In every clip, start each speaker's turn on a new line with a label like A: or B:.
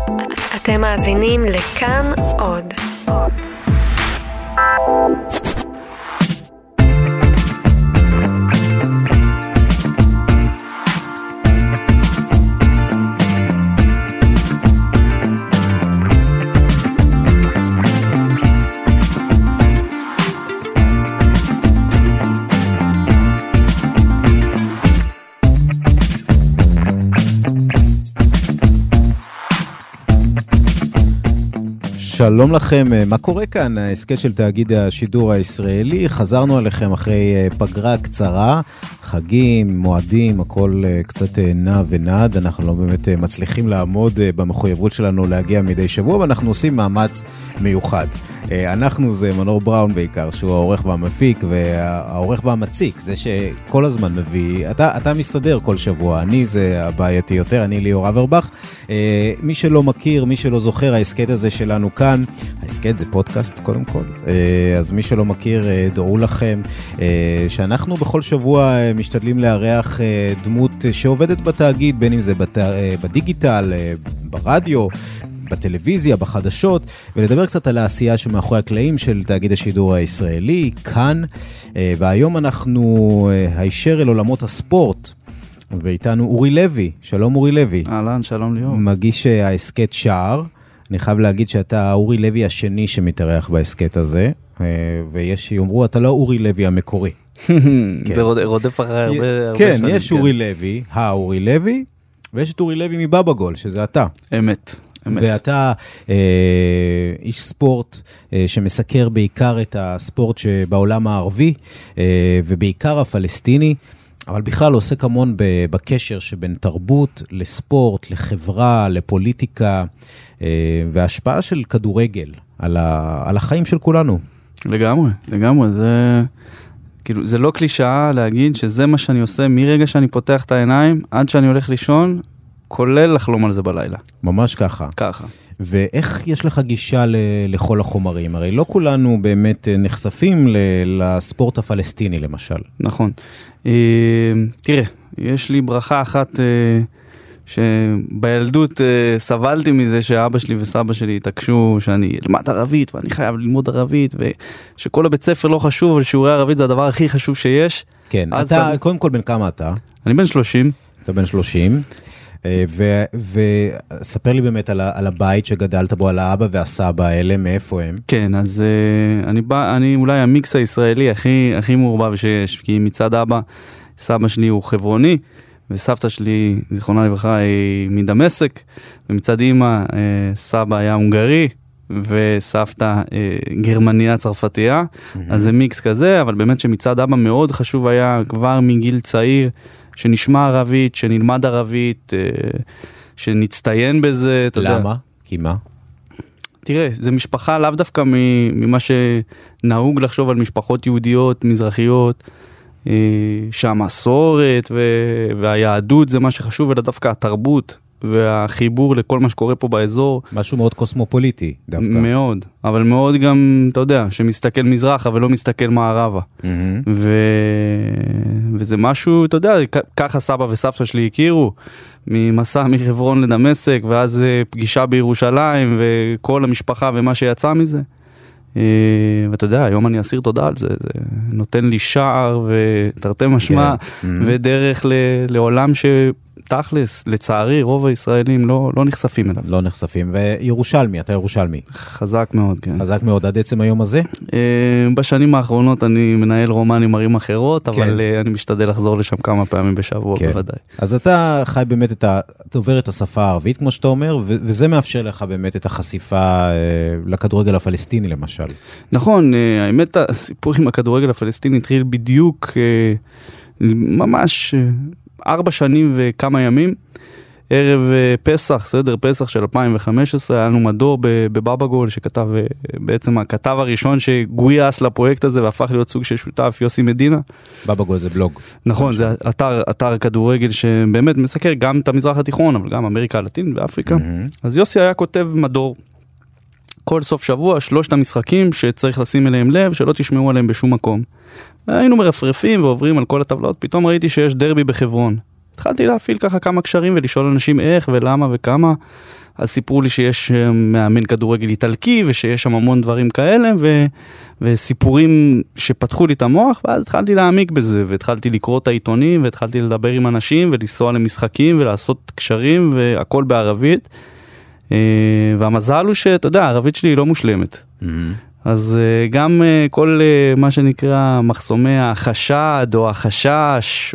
A: אתם מאזינים לכאן עוד.
B: שלום לכם, מה קורה כאן? העסקת של תאגיד השידור הישראלי, חזרנו עליכם אחרי פגרה קצרה, חגים, מועדים, הכל קצת נע ונד, אנחנו לא באמת מצליחים לעמוד במחויבות שלנו להגיע מדי שבוע, ואנחנו עושים מאמץ מיוחד. אנחנו זה מנור בראון בעיקר, שהוא העורך והמפיק, והעורך והמציק, זה שכל הזמן מביא, אתה מסתדר כל שבוע, אני זה הבעייתי יותר, אני ליאור אברבך. מי שלא מכיר, מי שלא זוכר, העסקת הזה שלנו כאן, העסקת זה פודקאסט קודם כל, אז מי שלא מכיר, דעו לכם, שאנחנו בכל שבוע משתדלים לארח דמות שעובדת בתאגיד, בין אם זה בדיגיטל, ברדיו, בטלוויזיה, בחדשות, ולדבר קצת על העשייה שמאחורי הקלעים של תאגיד השידור הישראלי, כאן, והיום אנחנו הישר אל עולמות הספורט, ואיתנו אורי לוי. שלום אורי לוי.
C: אהלן, שלום ליאור.
B: מגיש העסקת שער. אני חייב להגיד שאתה אורי לוי השני שמתארח בעסקת הזה, ויש שיאמרו, אתה לא אורי לוי המקורי.
C: זה רודף אחרי הרבה
B: שנים. כן, יש אורי לוי, אורי לוי, ויש את אורי לוי מבבא גול, שזה אתה.
C: אמת.
B: ואתה איש ספורט שמסקר בעיקר את הספורט שבעולם הערבי, ובעיקר הפלסטיני, אבל בכלל עוסק המון בקשר שבין תרבות לספורט, לחברה, לפוליטיקה, וההשפעה של כדורגל על החיים של כולנו.
C: לגמרי, לגמרי. זה לא קלישאה להגיד שזה מה שאני עושה מרגע שאני פותח את העיניים, עד שאני הולך לישון, כולל לחלום על זה בלילה.
B: ממש ככה.
C: ככה.
B: ואיך יש לך גישה לכל החומרים? הרי לא כולנו באמת נחשפים לספורט הפלסטיני למשל.
C: נכון. תראה, יש לי ברכה אחת שבילדות סבלתי מזה שאבא שלי וסבא שלי התעקשו שאני אלמד ערבית ואני חייב ללמוד ערבית, ושכל הבית ספר לא חשוב, אבל שיעורי ערבית זה הדבר הכי חשוב שיש.
B: כן, אתה קודם כל בן כמה אתה?
C: אני בן 30. אתה
B: בן 30. וספר לי באמת על הבית שגדלת בו, על האבא והסבא האלה, מאיפה הם?
C: כן, אז אני אולי המיקס הישראלי הכי מעורבב שיש, כי מצד אבא, סבא שלי הוא חברוני, וסבתא שלי, זיכרונה לברכה, היא מדמשק, ומצד אמא, סבא היה הונגרי, וסבתא גרמניה צרפתייה, אז זה מיקס כזה, אבל באמת שמצד אבא מאוד חשוב היה כבר מגיל צעיר, שנשמע ערבית, שנלמד ערבית, שנצטיין בזה, אתה יודע.
B: למה? כי מה?
C: תראה, זה משפחה לאו דווקא ממה שנהוג לחשוב על משפחות יהודיות, מזרחיות, שהמסורת והיהדות זה מה שחשוב, אלא דווקא התרבות והחיבור לכל מה שקורה פה באזור.
B: משהו מאוד קוסמופוליטי דווקא.
C: מאוד, אבל מאוד גם, אתה יודע, שמסתכל מזרחה ולא מסתכל מערבה. וזה משהו, אתה יודע, ככה סבא וסבתא שלי הכירו, ממסע מחברון לדמשק, ואז פגישה בירושלים, וכל המשפחה ומה שיצא מזה. ואתה יודע, היום אני אסיר תודה על זה, זה נותן לי שער ותרתי משמע, ודרך לעולם תכלס, לצערי, רוב הישראלים לא נחשפים אליו.
B: לא נחשפים, וירושלמי, אתה ירושלמי.
C: חזק מאוד, כן.
B: חזק מאוד, עד עצם היום הזה?
C: בשנים האחרונות אני מנהל רומן עם ערים אחרות, אבל אני משתדל לחזור לשם כמה פעמים בשבוע, בוודאי.
B: אז אתה חי באמת, אתה עובר את השפה הערבית, כמו שאתה אומר, וזה מאפשר לך באמת את החשיפה לכדורגל הפלסטיני, למשל.
C: נכון, האמת, הסיפור עם הכדורגל הפלסטיני התחיל בדיוק, ממש 4 שנים וכמה ימים, ערב פסח, סדר פסח של 2015, היה לנו מדור בבבא גול, שכתב, בעצם הכתב הראשון שגויס לפרויקט הזה, והפך להיות סוג של שותף, יוסי מדינה.
B: בבא גול זה בלוג.
C: נכון, זה אתר כדורגל שבאמת מסקר גם את המזרח התיכון, אבל גם אמריקה הלטינית ואפריקה. אז יוסי היה כותב מדור, כל סוף שבוע, 3 המשחקים שצריך לשים אליהם לב, שלא תשמעו עליהם בשום מקום. היינו מרפרפים ועוברים על כל הטבלאות, פתאום ראיתי שיש דרבי בחברון. התחלתי להפעיל ככה כמה קשרים ולשאול אנשים איך ולמה וכמה, אז סיפרו לי שיש מאמן כדורגל איטלקי, ושיש שם המון דברים כאלה, וסיפורים שפתחו לי את המוח, ואז התחלתי להעמיק בזה, והתחלתי לקרוא את העיתונים, והתחלתי לדבר עם אנשים, ולנסוע למשחקים, ולעשות קשרים, והכל בערבית. והמזל הוא שאתה יודע, הערבית שלי היא לא מושלמת. אז גם כל מה שנקרא מחסומי החשד, או החשש,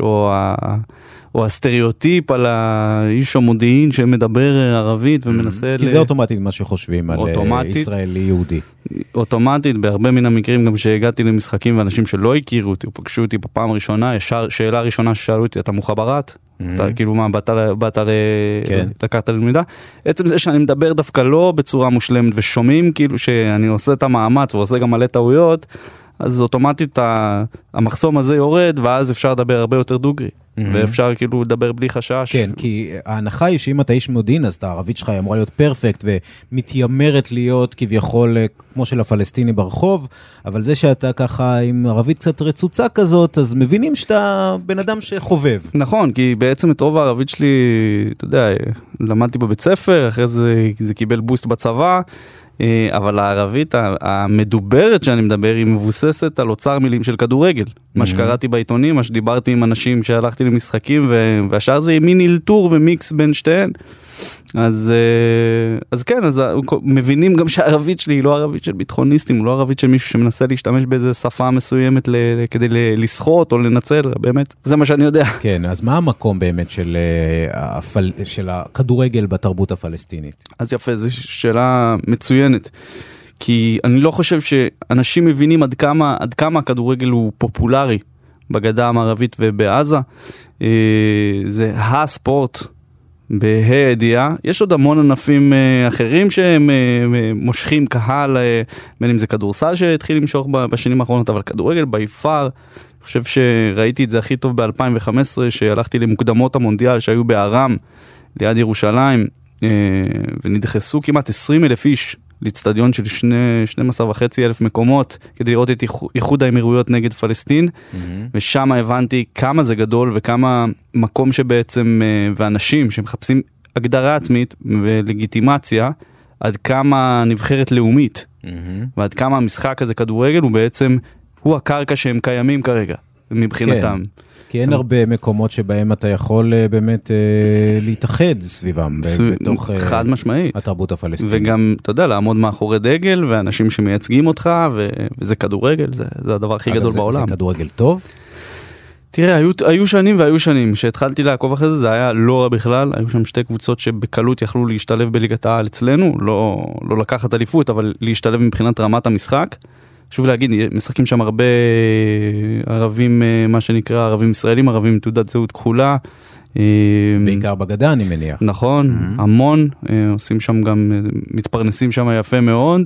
C: או הסטריאוטיפ על האיש המודיעין שמדבר ערבית ומנסה...
B: כי זה אוטומטית מה שחושבים על ישראלי יהודי.
C: אוטומטית, בהרבה מן המקרים, גם שהגעתי למשחקים ואנשים שלא הכירו אותי, או פגשו אותי בפעם ראשונה, שאלה ראשונה ששאלו אותי, אתה מוחברת? אתה כאילו מה, באת לקחת ללמידה? עצם זה שאני מדבר דווקא לא בצורה מושלמת, ושומעים כאילו שאני עושה את המאמץ, ועושה גם מלא טעויות, אז אוטומטית המחסום הזה יורד, ואז אפשר לדבר הרבה יותר דוגרי. ואפשר כאילו לדבר בלי חשש.
B: כן, כי ההנחה היא שאם אתה איש מודיעין, אז הערבית שלך אמורה להיות פרפקט, ומתיימרת להיות כביכול כמו של הפלסטיני ברחוב, אבל זה שאתה ככה עם ערבית קצת רצוצה כזאת, אז מבינים שאתה בן אדם שחובב.
C: נכון, כי בעצם את רוב הערבית שלי, אתה יודע, למדתי בבית ספר, אחרי זה קיבל בוסט בצבא, אבל הערבית המדוברת שאני מדבר היא מבוססת על אוצר מילים של כדורגל. מה שקראתי בעיתונים, מה שדיברתי עם אנשים שהלכתי למשחקים, והשאר זה מין אלתור ומיקס בין שתיהן. אז כן, אז מבינים גם שהערבית שלי היא לא ערבית של ביטחוניסטים, לא ערבית של מישהו שמנסה להשתמש באיזה שפה מסוימת כדי לסחוט או לנצל, באמת, זה מה שאני יודע.
B: כן, אז מה המקום באמת של הכדורגל בתרבות הפלסטינית?
C: אז יפה, זו שאלה מצוינת. כי אני לא חושב שאנשים מבינים עד כמה הכדורגל הוא פופולרי בגדה המערבית ובעזה. זה הספורט בהידיעה. יש עוד המון ענפים אחרים שהם מושכים קהל, בין אם זה כדורסל שהתחיל למשוך בשנים האחרונות, אבל כדורגל ביפר, אני חושב שראיתי את זה הכי טוב ב-2015, שהלכתי למוקדמות המונדיאל שהיו בארם, ליד ירושלים, ונדחסו כמעט 20,000 איש לאצטדיון של 12,500 מקומות, כדי לראות את איחוד האמירויות נגד פלסטין, ושם הבנתי כמה זה גדול, וכמה מקום שבעצם, ואנשים שמחפשים הגדרה עצמית ולגיטימציה, עד כמה נבחרת לאומית, ועד כמה המשחק הזה כדורגל, הוא בעצם, הוא הקרקע שהם קיימים כרגע, מבחינתם.
B: כי אין הרבה מקומות שבהם אתה יכול באמת להתאחד סביבם, בתוך
C: חד משמעית.
B: התרבות הפלסטינית.
C: וגם, אתה יודע, לעמוד מאחורי דגל, ואנשים שמייצגים אותך, וזה כדורגל, זה הדבר הכי גדול בעולם.
B: זה כדורגל טוב?
C: תראה, היו שנים והיו שנים. שהתחלתי לעקוב אחרי זה, זה היה לא רע בכלל. היו שם שתי קבוצות שבקלות יכלו להשתלב בליגת העל אצלנו, לא לקחת אליפות, אבל להשתלב מבחינת רמת המשחק. שוב להגיד, משחקים שם הרבה ערבים, מה שנקרא, ערבים ישראלים, ערבים עם תעודת זהות כחולה.
B: בעיקר בגדה, אני מניח.
C: נכון, המון, עושים שם גם, מתפרנסים שם יפה מאוד.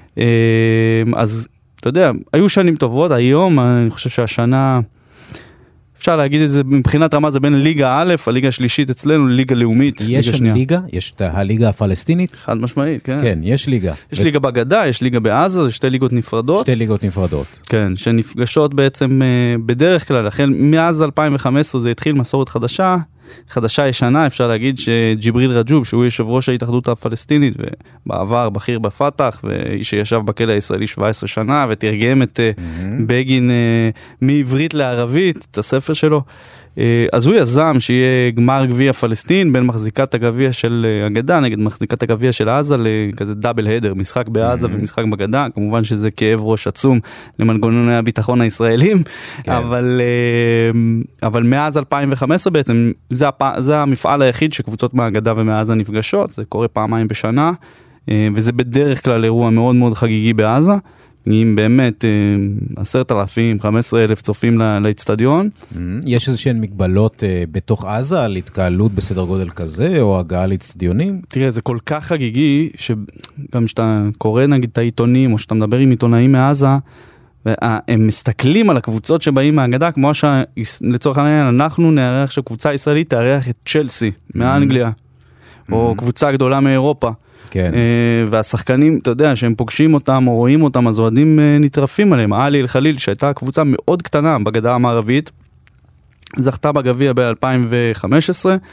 C: אז, אתה יודע, היו שנים טובות, היום אני חושב שהשנה, אפשר להגיד את זה, מבחינת רמה זה בין ליגה א', הליגה השלישית אצלנו, ליגה לאומית.
B: יש שם ליגה? יש את הליגה הפלסטינית?
C: חד משמעית, כן.
B: כן, יש ליגה.
C: יש ליגה בגדה, יש ליגה בעזה, יש שתי ליגות נפרדות.
B: שתי ליגות נפרדות.
C: כן, שנפגשות בעצם בדרך כלל, החל מאז 2015 זה התחיל מסורת חדשה ישנה, אפשר להגיד שג'יבריל רג'וב, שהוא יושב ראש ההתאחדות הפלסטינית, ובעבר בכיר בפתח, ואיש שישב בכלא הישראלי 17 שנה, ותרגם את בגין מעברית לערבית, את הספר שלו. אז הוא יזם שיהיה גמר גביע פלסטין, בין מחזיקת הגביע של הגדה, נגד מחזיקת הגביע של עזה, לכזה דאבל הדר, משחק בעזה ומשחק בגדה, כמובן שזה כאב ראש עצום למנגנוני הביטחון הישראלים, אבל מאז 2015 בעצם, זה המפעל היחיד שקבוצות מהגדה ומעזה נפגשות, זה קורה פעמיים בשנה, וזה בדרך כלל אירוע מאוד מאוד חגיגי בעזה, עם באמת 10,000, 15,000 צופים לאצטדיון.
B: יש איזושהי מגבלות בתוך עזה על התקהלות בסדר גודל כזה, או הגעה לאצטדיונים?
C: תראה, זה כל כך חגיגי, שגם שאתה קורא נגיד את העיתונים, או שאתה מדבר עם עיתונאים מעזה, הם מסתכלים על הקבוצות שבאים מהגדה, כמו שלצורך העניין אנחנו נערך שקבוצה ישראלית תארח את צ'לסי מאנגליה, או קבוצה גדולה מאירופה.
B: כן.
C: והשחקנים, אתה יודע, שהם פוגשים אותם או רואים אותם, אז אוהדים נטרפים עליהם. עלי אל-חליל, שהייתה קבוצה מאוד קטנה בגדה המערבית, זכתה בגביע ב-2015,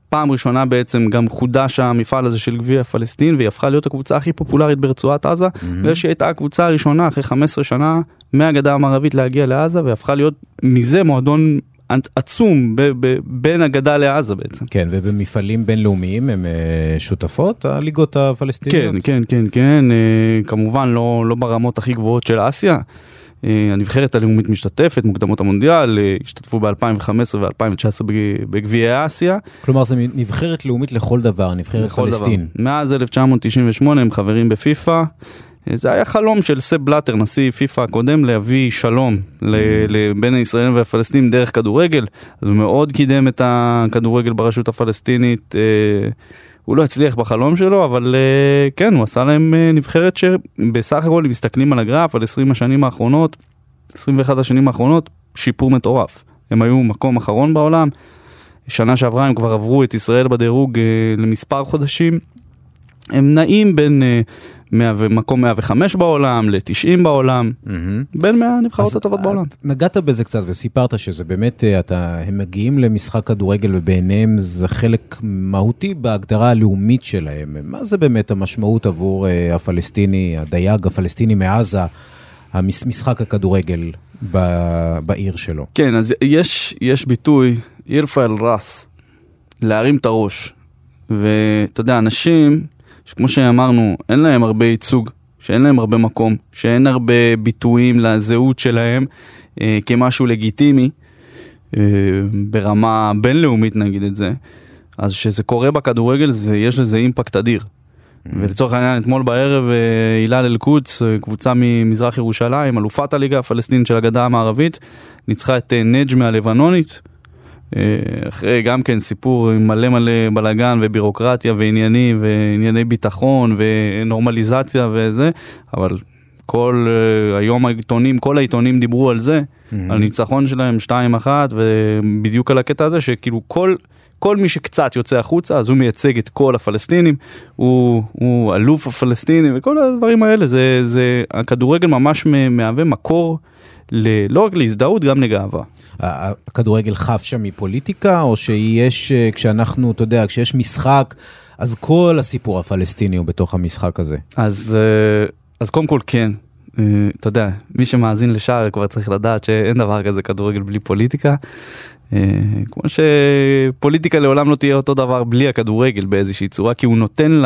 C: פעם ראשונה בעצם גם חודש המפעל הזה של גביע פלסטין, והיא הפכה להיות הקבוצה הכי פופולרית ברצועת עזה, ושהיא הייתה הקבוצה הראשונה אחרי 15 שנה מהגדה המערבית להגיע לעזה, והפכה להיות מזה מועדון עצום בין הגדה לעזה בעצם.
B: כן, ובמפעלים בינלאומיים הם שותפות, הליגות הפלסטיניות?
C: כן, כמובן לא ברמות הכי גבוהות של אסיה. הנבחרת הלאומית משתתפת, מוקדמות המונדיאל, השתתפו ב-2015 ו-2019 בגביעי אסיה.
B: כלומר, זה נבחרת לאומית לכל דבר, נבחרת פלסטין.
C: מאז 1998 הם חברים בפיפה. זה היה חלום של סב בלאטר, נשיא פיפה הקודם, להביא שלום בין הישראלים והפלסטינים דרך כדורגל. אז הוא מאוד קידם את הכדורגל ברשות הפלסטינית. הוא לא הצליח בחלום שלו, אבל כן, הוא עשה להם נבחרת שבסך הכל, אם מסתכלים על הגרף, על 20 השנים האחרונות, 21 השנים האחרונות, שיפור מטורף. הם היו מקום אחרון בעולם. שנה שעברה הם כבר עברו את ישראל בדירוג למספר חודשים. הם נעים בין מקום 105 בעולם ל-90 בעולם, בין 100 הנבחרות הטובות בעולם.
B: נגעת בזה קצת וסיפרת שזה באמת, הם מגיעים למשחק כדורגל וביניהם זה חלק מהותי בהגדרה הלאומית שלהם. מה זה באמת המשמעות עבור הפלסטיני, הדייג הפלסטיני מעזה, המשחק הכדורגל בעיר שלו?
C: כן, אז יש ביטוי, ירפה אל רס, להרים את הראש. ואתה יודע, אנשים שכמו שאמרנו, אין להם הרבה ייצוג, שאין להם הרבה מקום, שאין הרבה ביטויים לזהות שלהם כמשהו לגיטימי, ברמה בינלאומית נגיד את זה, אז שזה קורה בכדורגל, יש לזה אימפקט אדיר. ולצורך העניין, אתמול בערב, הילל אל-קודס, קבוצה ממזרח ירושלים, אלופת הליגה הפלסטינית של הגדה המערבית, ניצחה את נג'מה הלבנונית, אחרי גם כן סיפור מלא בלגן ובירוקרטיה וענייני ביטחון ונורמליזציה וזה, אבל היום כל העיתונים דיברו על זה, על ניצחון שלהם 2-1, ובדיוק על הקטע הזה שכאילו כל מי שקצת יוצא החוצה, אז הוא מייצג את כל הפלסטינים, הוא אלוף הפלסטינים, וכל הדברים האלה, הכדורגל ממש מהווה מקור לא רק להזדהות, גם לגאווה.
B: הכדורגל חף שם מפוליטיקה, או שיש, כשאנחנו, אתה יודע, כשיש משחק, אז כל הסיפור הפלסטיני הוא בתוך המשחק הזה.
C: אז קודם כל כן. אתה יודע, מי שמאזין לשער כבר צריך לדעת שאין דבר כזה כדורגל בלי פוליטיקה. כמו שפוליטיקה לעולם לא תהיה אותו דבר בלי הכדורגל באיזושהי צורה, כי הוא נותן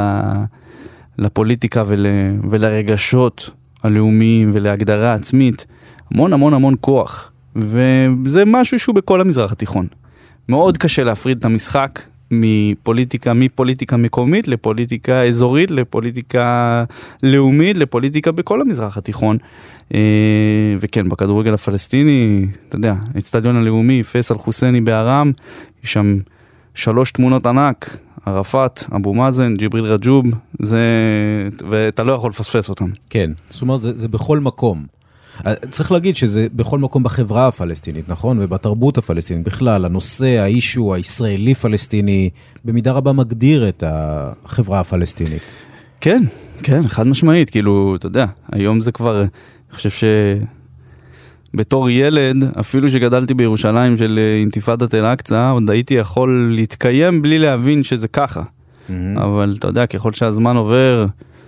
C: לפוליטיקה ולרגשות הלאומיים ולהגדרה עצמית המון המון המון כוח. וזה משהו שהוא בכל המזרח התיכון. מאוד קשה להפריד את המשחק מפוליטיקה מקומית לפוליטיקה אזורית, לפוליטיקה לאומית, לפוליטיקה בכל המזרח התיכון. וכן, בכדורגל הפלסטיני, אתה יודע, האצטדיון הלאומי, פייסל חוסייני בארם, יש שם 3 תמונות ענק, ערפאת, אבו מאזן, ג'יבריל רג'וב, ואתה לא יכול לפספס אותם.
B: כן, זאת אומרת, זה בכל מקום. צריך להגיד שזה בכל מקום בחברה הפלסטינית, נכון? ובתרבות הפלסטינית בכלל, הנושא, האישו, הישראלי-פלסטיני, במידה רבה מגדיר את החברה הפלסטינית.
C: כן, כן, חד משמעית, כאילו, אתה יודע, היום זה כבר, אני חושב שבתור ילד, אפילו שגדלתי בירושלים של אינתיפאדת אל-אקצא, עוד הייתי יכול להתקיים בלי להבין שזה ככה. אבל אתה יודע, ככל שהזמן עובר,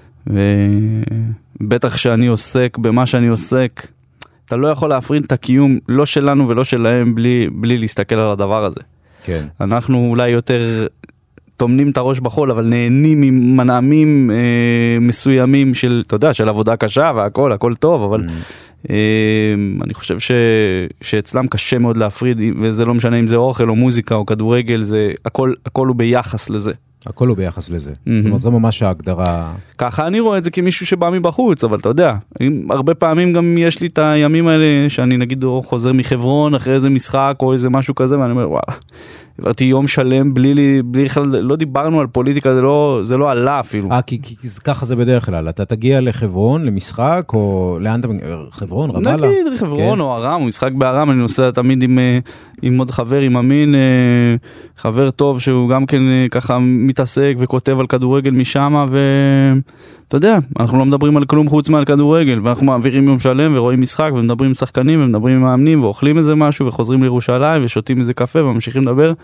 C: ובטח שאני עוסק במה שאני עוסק, אתה לא יכול להפריד את הקיום לא שלנו ולא שלהם בלי להסתכל על הדבר הזה.
B: כן.
C: אנחנו אולי יותר תומנים את הראש בחול, אבל נהנים ממנעמים מסוימים של, אתה יודע, של עבודה קשה והכל, הכל טוב, אבל אני חושב שאצלם קשה מאוד להפריד, וזה לא משנה אם זה אוכל או מוזיקה או כדורגל, זה הכל הוא ביחס לזה.
B: הכל הוא ביחס לזה. זאת אומרת, זו ממש ההגדרה.
C: ככה אני רואה את זה כמישהו שבא מבחוץ, אבל אתה יודע, הרבה פעמים גם יש לי את הימים האלה, שאני נגיד חוזר מחברון אחרי איזה משחק או איזה משהו כזה, ואני אומר, וואלה, עברתי יום שלם בלי לא דיברנו על פוליטיקה, זה לא עלה אפילו.
B: כי ככה זה בדרך כלל, אתה תגיע לחברון, למשחק, או לאן אתה מגיע? חברון, רמאללה?
C: נגיד חברון או ארם, או משחק בארם, אני נוסע תמיד עם עוד חבר, עם אמין, חבר טוב שהוא גם כן ככה מתעסק וכותב על כדורגל משם, ואתה יודע, אנחנו לא מדברים על כלום חוץ מעל כדורגל, ואנחנו מעבירים יום שלם ורואים משחק, ומדברים עם שחקנים, ומדברים עם מאמנים, ואוכלים איזה משהו, וחוזרים לירושלים, ושותים איזה קפה, וממשיכים לדבר.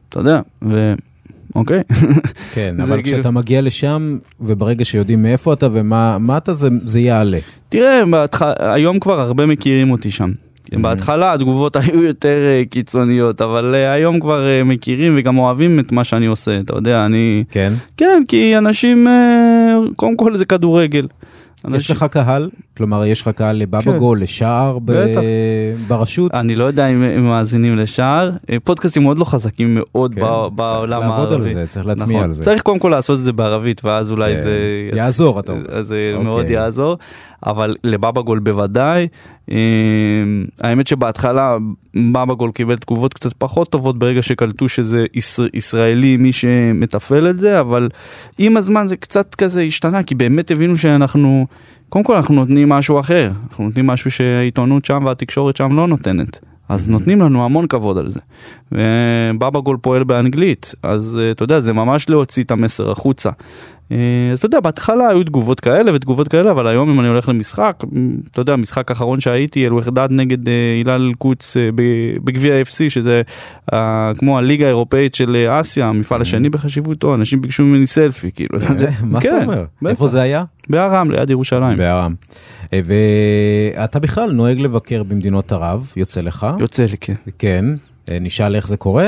C: אתה יודע, אוקיי.
B: כן, אבל כשאתה מגיע לשם, וברגע שיודעים מאיפה אתה ומה אתה, זה יעלה.
C: תראה, היום כבר הרבה מכירים אותי שם. בהתחלה התגובות היו יותר קיצוניות, אבל היום כבר מכירים וגם אוהבים את מה שאני עושה, אתה יודע,
B: כן?
C: כן, כי אנשים, קודם כל זה כדורגל.
B: יש לך קהל? כלומר, יש לך קהל לבאבגול, לשער ברשות?
C: אני לא יודע אם מאזינים לשער. פודקאסטים מאוד לא חזקים מאוד בעולם הערבי.
B: צריך לעבוד על זה, צריך להטמיע על זה.
C: צריך קודם כל לעשות את זה בערבית, ואז אולי זה...
B: יעזור, אתה אומר.
C: זה מאוד יעזור, אבל לבאבגול בוודאי. האמת שבהתחלה באבגול קיבל תגובות קצת פחות טובות ברגע שקלטו שזה ישראלי מי שמטפל את זה, אבל עם הזמן זה קצת כזה השתנה, כי באמת הבינו שאנחנו, קודם כל אנחנו נותנים משהו אחר, אנחנו נותנים משהו שהעיתונות שם והתקשורת שם לא נותנת. אז נותנים לנו המון כבוד על זה. ובאבגול פועל באנגלית, אז אתה יודע, זה ממש להוציא את המסר החוצה. אז אתה יודע, בהתחלה היו תגובות כאלה ותגובות כאלה, אבל היום אם אני הולך למשחק, אתה יודע, המשחק האחרון שהייתי, אל-וחדד נגד הילל אל-קודס בגביע FC, שזה כמו הליגה האירופאית של אסיה, המפעל השני בחשיבותו, אנשים ביקשו ממני סלפי, כאילו.
B: מה אתה אומר? איפה זה היה?
C: בארם, ליד ירושלים.
B: בארם. ואתה בכלל נוהג לבקר במדינות ערב, יוצא לך?
C: יוצא לי, כן.
B: כן. נשאל איך זה קורה?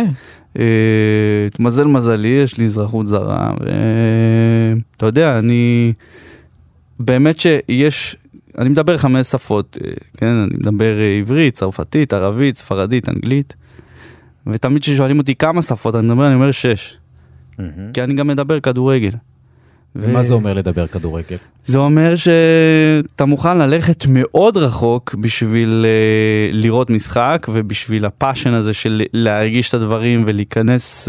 C: מזלי, יש לי אזרחות זרה, ואתה יודע, אני באמת שיש, אני מדבר 5 שפות, כן, אני מדבר עברית, צרפתית, ערבית, ספרדית, אנגלית, ותמיד ששואלים אותי כמה שפות, אני אומר 6, כי אני גם מדבר כדורגל.
B: ומה זה אומר לדבר כדורגל?
C: זה אומר שאתה מוכן ללכת מאוד רחוק בשביל לראות משחק, ובשביל הפאשן הזה של להרגיש את הדברים ולהיכנס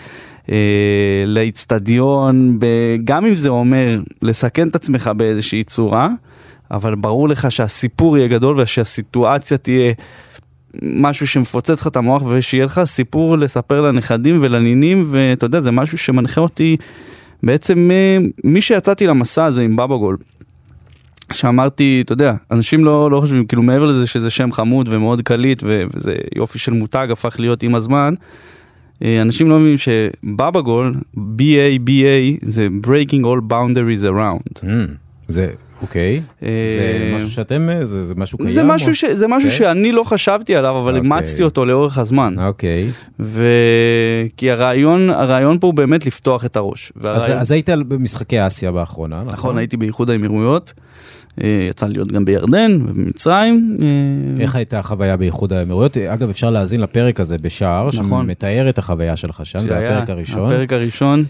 C: לאצטדיון, גם אם זה אומר לסכן את עצמך באיזושהי צורה, אבל ברור לך שהסיפור יהיה גדול ושהסיטואציה תהיה משהו שמפוצץ לך את המוח, ושיהיה לך סיפור לספר לנכדים ולנינים, ואתה יודע, זה משהו שמנחה אותי בעצם מי שיצאתי למסע הזה עם באבגול, שאמרתי, אתה יודע, אנשים לא חושבים, כאילו מעבר לזה שזה שם חמוד ומאוד קליט, וזה יופי של מותג הפך להיות עם הזמן, אנשים לא מבינים שבאבגול, BA, זה Breaking All Boundaries Around.
B: זה, אוקיי. זה משהו שאתם, זה משהו קיים?
C: זה משהו שאני לא חשבתי עליו, אבל אימצתי אותו לאורך הזמן.
B: אוקיי.
C: כי הרעיון פה הוא באמת לפתוח את הראש.
B: אז היית במשחקי אסיה באחרונה, נכון?
C: נכון, הייתי באיחוד האמירויות, יצא להיות גם בירדן ובמצרים.
B: איך הייתה החוויה באיחוד האמירויות? אגב, אפשר להאזין לפרק הזה בשער, שמתאר את החוויה שלך שם, זה הפרק הראשון.
C: הפרק הראשון.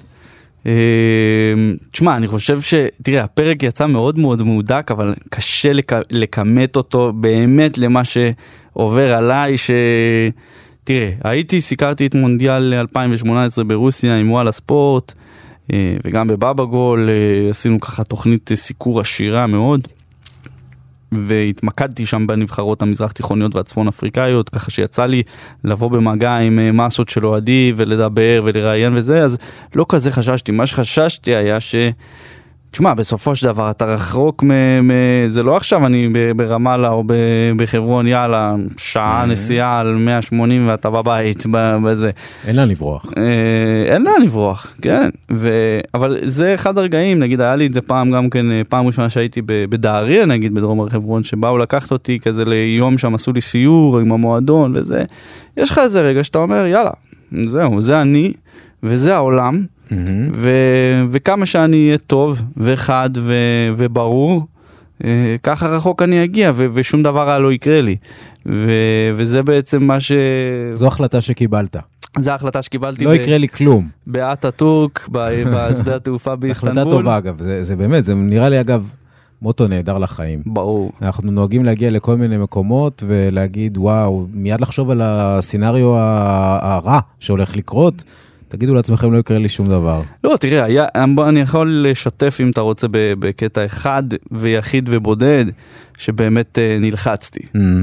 C: תשמע, אני חושב תראה, הפרק יצא מאוד מאוד מהודק, אבל קשה לקמת אותו באמת למה שעובר עליי, תראה, סיקרתי את מונדיאל 2018 ברוסיה עם וואלה ספורט, וגם בבאבגול עשינו ככה תוכנית סיקור עשירה מאוד, והתמקדתי שם בנבחרות המזרח תיכוניות והצפון אפריקאיות, ככה שיצא לי לבוא במגע עם מסות של אוהדי ולדבר ולראיין וזה, אז לא כזה חששתי. מה שחששתי היה תשמע, בסופו של דבר אתה רחוק זה לא עכשיו אני ברמאללה או בחברון, יאללה, שעה נסיעה על 180 ואתה בבית בזה.
B: אין לה לברוח.
C: אין לה לברוח, כן. אבל זה אחד הרגעים, נגיד, היה לי את זה פעם גם כן, פעם ראשונה שהייתי בדהריה, נגיד, בדרום הר חברון, שבאו לקחת אותי כזה ליום שם, עשו לי סיור עם המועדון וזה. יש לך איזה רגע שאתה אומר, יאללה, זהו, זה אני וזה העולם. וכמה שאני אהיה טוב וחד וברור, ככה רחוק אני אגיע, ושום דבר לא יקרה לי. וזה בעצם מה
B: זו החלטה שקיבלת.
C: זו החלטה שקיבלתי.
B: לא יקרה לי כלום.
C: באטאטורק, בשדה התעופה באיסטנבול.
B: החלטה טובה, אגב. זה באמת, זה נראה לי, אגב, מוטו נהדר לחיים.
C: ברור.
B: אנחנו נוהגים להגיע לכל מיני מקומות ולהגיד, וואו, מיד לחשוב על הסצנריו הרע שהולך לקרות, תגידו לעצמכם, לא יקרה לי שום דבר.
C: לא, תראה, אני יכול לשתף אם אתה רוצה בקטע אחד ויחיד ובודד, שבאמת נלחצתי.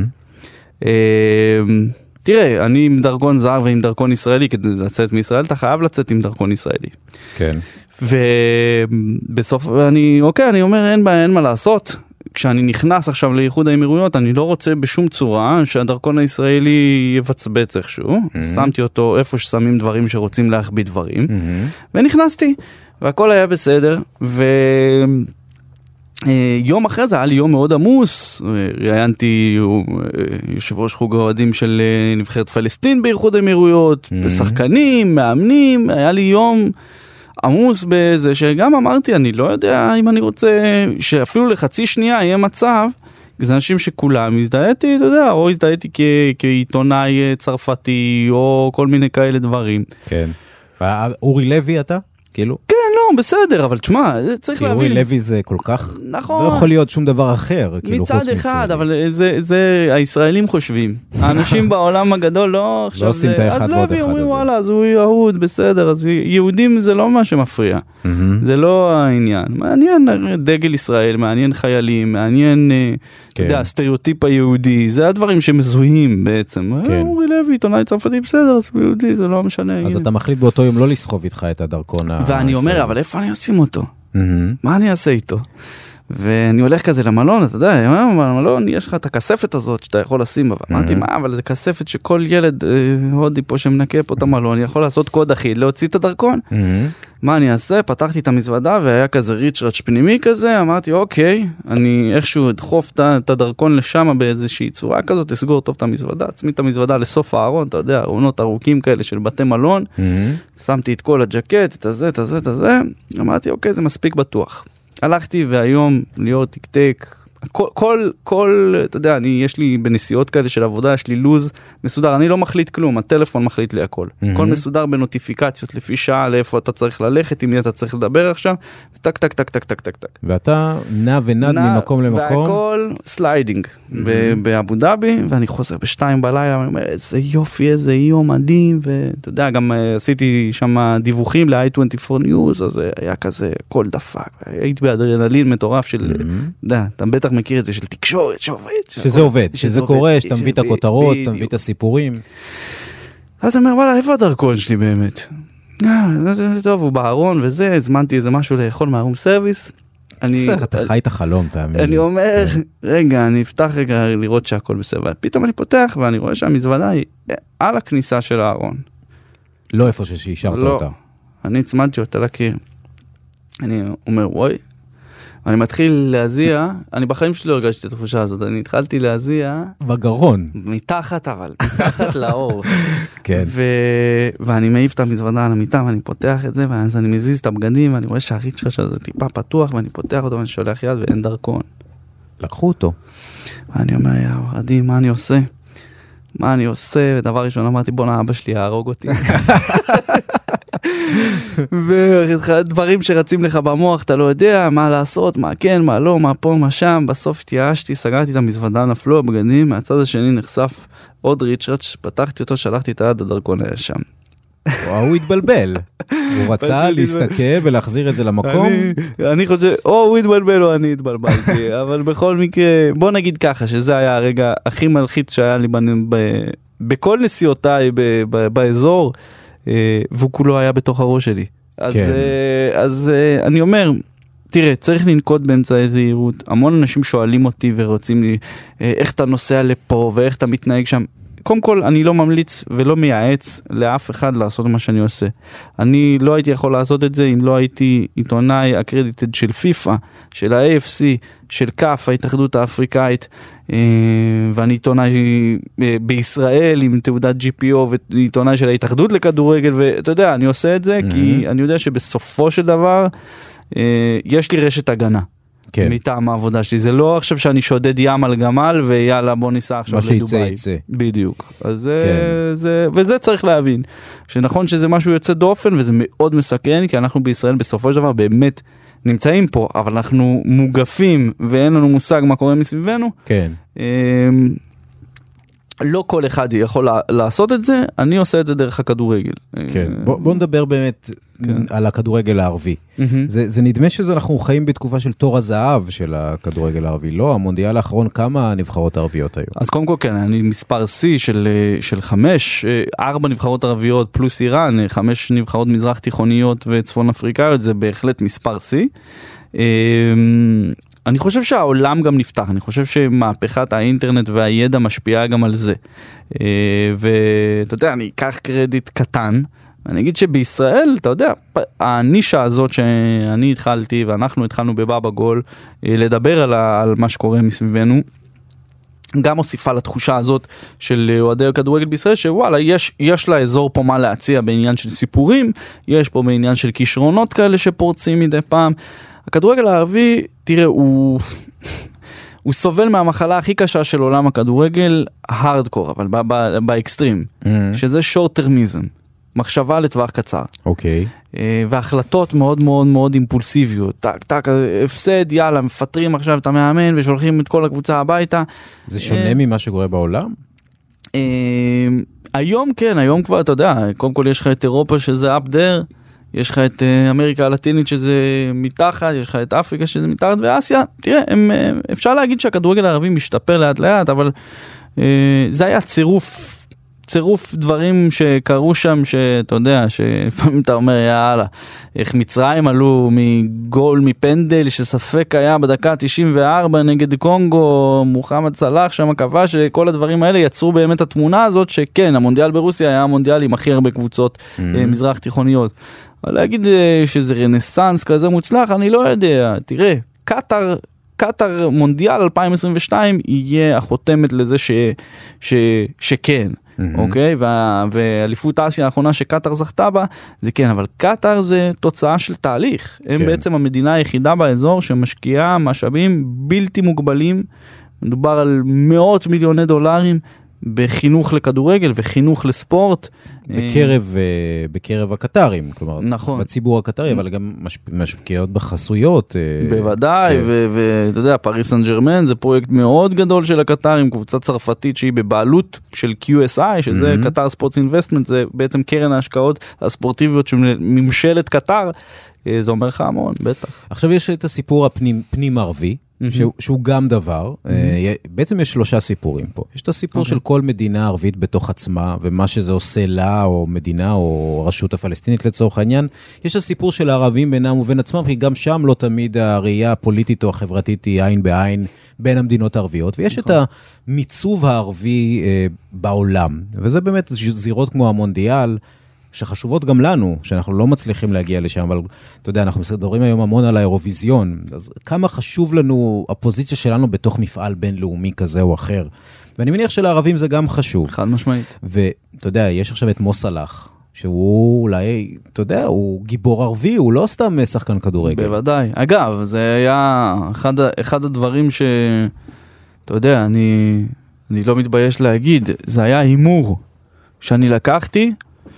C: תראה, אני עם דרכון זר ועם דרכון ישראלי, כדי לצאת מישראל, אתה חייב לצאת עם דרכון ישראלי.
B: כן.
C: ובסוף, אני אומר, אין מה לעשות. כשאני נכנס עכשיו לאיחוד האמירויות, אני לא רוצה בשום צורה שהדרכון הישראלי יבצבץ איכשהו. שמתי אותו איפה ששמים דברים שרוצים להחביא דברים, ונכנסתי, והכל היה בסדר, יום אחרי זה היה לי יום מאוד עמוס, ראיינתי יושב ראש חוג האוהדים של נבחרת פלסטין באיחוד האמירויות, בשחקנים, מאמנים, היה לי יום עמוס בזה שגם אמרתי, אני לא יודע אם אני רוצה שאפילו לחצי שנייה יהיה מצב, זה אנשים שכולם הזדהיתי, אתה יודע, או הזדהיתי כעיתונאי צרפתי, או כל מיני כאלה דברים.
B: כן. אורי לוי אתה? כאילו?
C: כן, לא, בסדר, אבל תשמע, צריך להבין.
B: אורי לוי זה כל כך,
C: נכון.
B: לא יכול להיות שום דבר אחר, כאילו חוץ
C: מצד אחד, אבל זה הישראלים חושבים. האנשים בעולם הגדול לא עכשיו...
B: לא עושים את האחד ועוד אחד הזה.
C: אז לוי אומרים, וואלה, אז הוא יהוד, בסדר, אז יהודים זה לא מה שמפריע. זה לא העניין. מעניין דגל ישראל, מעניין חיילים, מעניין, אתה יודע, הסטריאוטיפ היהודי, זה הדברים שמזוהים בעצם. אורי לוי, עיתונאי צרפתי, בסדר, אז יהודי, זה לא משנה.
B: אז אתה מחליט באותו יום לא לסחוב איתך את הדרכון.
C: ואני אומר, אבל איפה אני אשים אותו? מה אני אעשה איתו? ואני הולך כזה למלון, אתה יודע, במלון יש לך את הכספת הזאת שאתה יכול לשים בה. אמרתי, מה, אבל זה כספת שכל ילד הודי פה שמנקה פה את המלון, יכול לעשות קוד אחיד, להוציא את הדרכון. מה אני אעשה? פתחתי את המזוודה והיה כזה ריצ'רץ' פנימי כזה, אמרתי, אוקיי, אני איכשהו אדחוף את הדרכון לשם באיזושהי צורה כזאת, תסגור טוב את המזוודה, עצמי את המזוודה לסוף הארון, אתה יודע, ארונות ארוכים כאלה של בתי מלון, שמתי את כל הג'קט, את הזה, את הזה, את הזה, אמרתי, אוקיי, זה מספיק בטוח. הלכתי והיום ליאור טק-טק, כל, אתה יודע, יש לי בנסיעות כאלה של עבודה, יש לי לוז מסודר, אני לא מחליט כלום, הטלפון מחליט לי הכל. הכל מסודר בנוטיפיקציות, לפי שעה, לאיפה אתה צריך ללכת, עם מי אתה צריך לדבר עכשיו, טק, טק, טק, טק, טק, טק, טק.
B: ואתה נע ונד ממקום למקום.
C: והכל סליידינג באבו דאבי, ואני חוזר בשתיים בלילה, אני אומר, איזה יופי, איזה יום מדהים, ואתה יודע, גם עשיתי שם דיווחים ל-i24 News, אז היה כזה, כל דפק, הייתי באדרנלין מטורף של, אתה בטח מכיר את זה, של תקשורת שעובד.
B: שזה עובד, שזה קורה, שאתה מביא את הכותרות, אתה מביא את הסיפורים.
C: אז אני אומר, וואלה, איפה הדרכון שלי באמת? זה טוב, הוא בארון וזה, הזמנתי איזה משהו לאכול מהרום סרוויס.
B: אתה חי את החלום, תאמין.
C: אני אומר, רגע, אני אפתח רגע לראות שהכל בסדר. פתאום אני פותח ואני רואה שהמזוודה היא על הכניסה של הארון.
B: לא איפה שהשארת אותה.
C: אני הצמדתי אותה לקיר. אני אומר, וואי, אני מתחיל להזיע, אני בחיים שלי לא הרגשתי את התחושה הזאת, אני התחלתי להזיע...
B: בגרון.
C: מתחת אבל, מתחת לאור.
B: כן.
C: ואני מעיף את המזוודה על המיטה, ואני פותח את זה, ואז אני מזיז את הבגדים, ואני רואה שהריצ'רץ' הזה טיפה פתוח, ואני פותח אותו, ואני שולח יד, ואין דרכון.
B: לקחו אותו.
C: ואני אומר, עדי, מה אני עושה? מה אני עושה? ודבר ראשון אמרתי, בוא אבא שלי יהרוג אותי. ודברים שרצים לך במוח, אתה לא יודע מה לעשות, מה כן, מה לא, מה פה, מה שם. בסוף התייאשתי, סגרתי את המזוודה, נפלו הבגדים, מהצד השני נחשף עוד ריצ'רץ', פתחתי אותו, שלחתי את היד, הדרכון היה שם.
B: הוא התבלבל. הוא רצה להסתכל ולהחזיר את זה למקום.
C: אני חושב, או הוא התבלבל או אני התבלבלתי, אבל בכל מקרה, בוא נגיד ככה, שזה היה הרגע הכי מלחיץ שהיה לי בכל נסיעותיי באזור, והוא כולו היה בתוך הראש שלי. אז אני אומר, תראה, צריך לנקוט באמצעי זהירות. המון אנשים שואלים אותי ורוצים לי, איך אתה נוסע לפה ואיך אתה מתנהג שם. קודם כל, אני לא ממליץ ולא מייעץ לאף אחד לעשות מה שאני עושה. אני לא הייתי יכול לעשות את זה אם לא הייתי עיתונאי אקרדיטד של פיפה, של ה-AFC, של קאף, ההתאחדות האפריקאית, ואני עיתונאי בישראל עם תעודת GPO ועיתונאי של ההתאחדות לכדורגל, ואתה יודע, אני עושה את זה כי אני יודע שבסופו של דבר יש לי רשת הגנה. כן. מטעם העבודה שלי. זה לא עכשיו שאני שודד ים על גמל, ויאללה בוא ניסע עכשיו לדוביי. מה שיצא יצא. בדיוק. אז וזה צריך להבין. שנכון שזה משהו יוצא דופן, וזה מאוד מסכן, כי אנחנו בישראל בסופו של דבר באמת נמצאים פה, אבל אנחנו מוגפים, ואין לנו מושג מה קורה מסביבנו.
B: כן.
C: לא כל אחד יכול לעשות את זה, אני עושה את זה דרך הכדורגל.
B: כן, בוא נדבר באמת על הכדורגל הערבי. זה נדמה שאנחנו חיים בתקופה של תור הזהב של הכדורגל הערבי, לא? המונדיאל האחרון, כמה נבחרות ערביות היו?
C: אז קודם כל כן, אני מספר C של 5, 4 נבחרות ערביות פלוס איראן, 5 נבחרות מזרח תיכוניות וצפון אפריקאיות, זה בהחלט מספר C. אני חושב שהעולם גם נפתח, אני חושב שמהפכת האינטרנט והידע משפיעה גם על זה. ואתה יודע, אני אקח קרדיט קטן, אני אגיד שבישראל, אתה יודע, הנישה הזאת שאני התחלתי, ואנחנו התחלנו בבאבא גול, לדבר על מה שקורה מסביבנו, גם הוסיפה לתחושה הזאת של אוהדי הכדורגל בישראל, שוואלה, יש לה אזור פה מה להציע בעניין של סיפורים, יש פה בעניין של כישרונות כאלה שפורצים מדי פעם. הכדורגל הערבי, תראה, הוא סובל מהמחלה הכי קשה של עולם הכדורגל, הארדקור, אבל באקסטרים, שזה שורט-טרמיזם, מחשבה לטווח קצר.
B: אוקיי.
C: והחלטות מאוד מאוד מאוד אימפולסיביות. טק, טק, הפסד, יאללה, מפטרים עכשיו את המאמן ושולחים את כל הקבוצה הביתה.
B: זה שונה ממה שקורה בעולם?
C: היום כן, היום כבר, אתה יודע, קודם כל יש לך את אירופה שזה up there, יש לך את אמריקה הלטינית שזה מתחת, יש לך את אפריקה שזה מתחת, ואסיה, תראה, אפשר להגיד שהכדורגל הערבי משתפר לאט לאט, אבל זה היה צירוף דברים שקרו שם, שאתה יודע, שלפעמים אתה אומר, יאללה, איך מצרים עלו מגול, מפנדל, שספק היה בדקה 94 נגד קונגו, מוחמד סלאח שם קבע, שכל הדברים האלה יצרו באמת התמונה הזאת, שכן, המונדיאל ברוסיה היה המונדיאל עם הכי הרבה קבוצות מזרח תיכוניות. אבל להגיד שזה רנסנס כזה מוצלח, אני לא יודע. תראה, קטר מונדיאל 2022 יהיה החותמת לזה שכן. אוקיי? ואליפות אסיה האחרונה שקטר זכתה בה, זה כן, אבל קטר זה תוצאה של תהליך. הם בעצם המדינה היחידה באזור שמשקיעה משאבים בלתי מוגבלים, מדובר על מאות מיליוני דולרים, בחינוך לכדורגל וחינוך לספורט.
B: בקרב הקטרים, כלומר,
C: נכון.
B: בציבור הקטרי, אבל גם משקיעות בחסויות.
C: בוודאי, ואתה יודע, פריס סן ז'רמן זה פרויקט מאוד גדול של הקטרים, קבוצה צרפתית שהיא בבעלות של QSI, שזה קטר ספורטס אינבסטמנט, זה בעצם קרן ההשקעות הספורטיביות של ממשלת קטר, זה אומר לך המון, בטח.
B: עכשיו יש את הסיפור הפנים ערבי, שהוא גם דבר, בעצם יש 3 סיפורים פה. יש את הסיפור של כל מדינה ערבית בתוך עצמה, ומה שזה עושה לה, או מדינה, או רשות הפלסטינית לצורך העניין. יש את הסיפור של הערבים בינם ובין עצמם, כי גם שם לא תמיד הראייה הפוליטית או החברתית היא עין בעין בין המדינות הערביות, ויש את המיצוב הערבי בעולם, וזה באמת זירות כמו המונדיאל, שחשובות גם לנו, שאנחנו לא מצליחים להגיע לשם, אבל אתה יודע, אנחנו מדברים היום המון על האירוויזיון, אז כמה חשוב לנו הפוזיציה שלנו בתוך מפעל בינלאומי כזה או אחר, ואני מניח שלערבים זה גם חשוב.
C: חד משמעית.
B: ואתה יודע, יש עכשיו את מו סלאח, שהוא אולי, אתה יודע, הוא גיבור ערבי, הוא לא סתם שחקן כדורגל.
C: בוודאי. אגב, זה היה אחד הדברים ש... אתה יודע, אני לא מתבייש להגיד, זה היה הימור שאני לקחתי,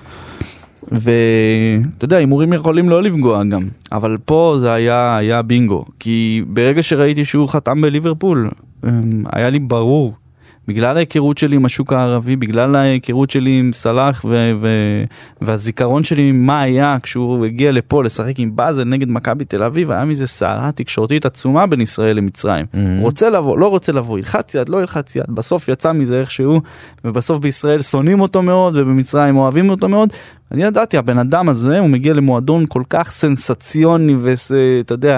C: ואתה יודע, הימורים יכולים לא לפגוע גם, אבל פה זה היה בינגו, כי ברגע שראיתי שהוא חתם בליברפול, היה לי ברור, בגלל ההיכרות שלי עם השוק הערבי, בגלל ההיכרות שלי עם סלאח, והזיכרון שלי מה היה כשהוא הגיע לפה לשחק עם באזל נגד מכבי תל אביב, היה מזה סערה תקשורתית עצומה בין ישראל למצרים. רוצה לבוא, לא רוצה לבוא, ילחץ יד, לא ילחץ יד, בסוף יצא מזה איכשהו, ובסוף בישראל שונאים אותו מאוד, ובמצרים אוהבים אותו מאוד. אני ידעתי, הבן אדם הזה, הוא מגיע למועדון כל כך סנסציוני, ואתה יודע,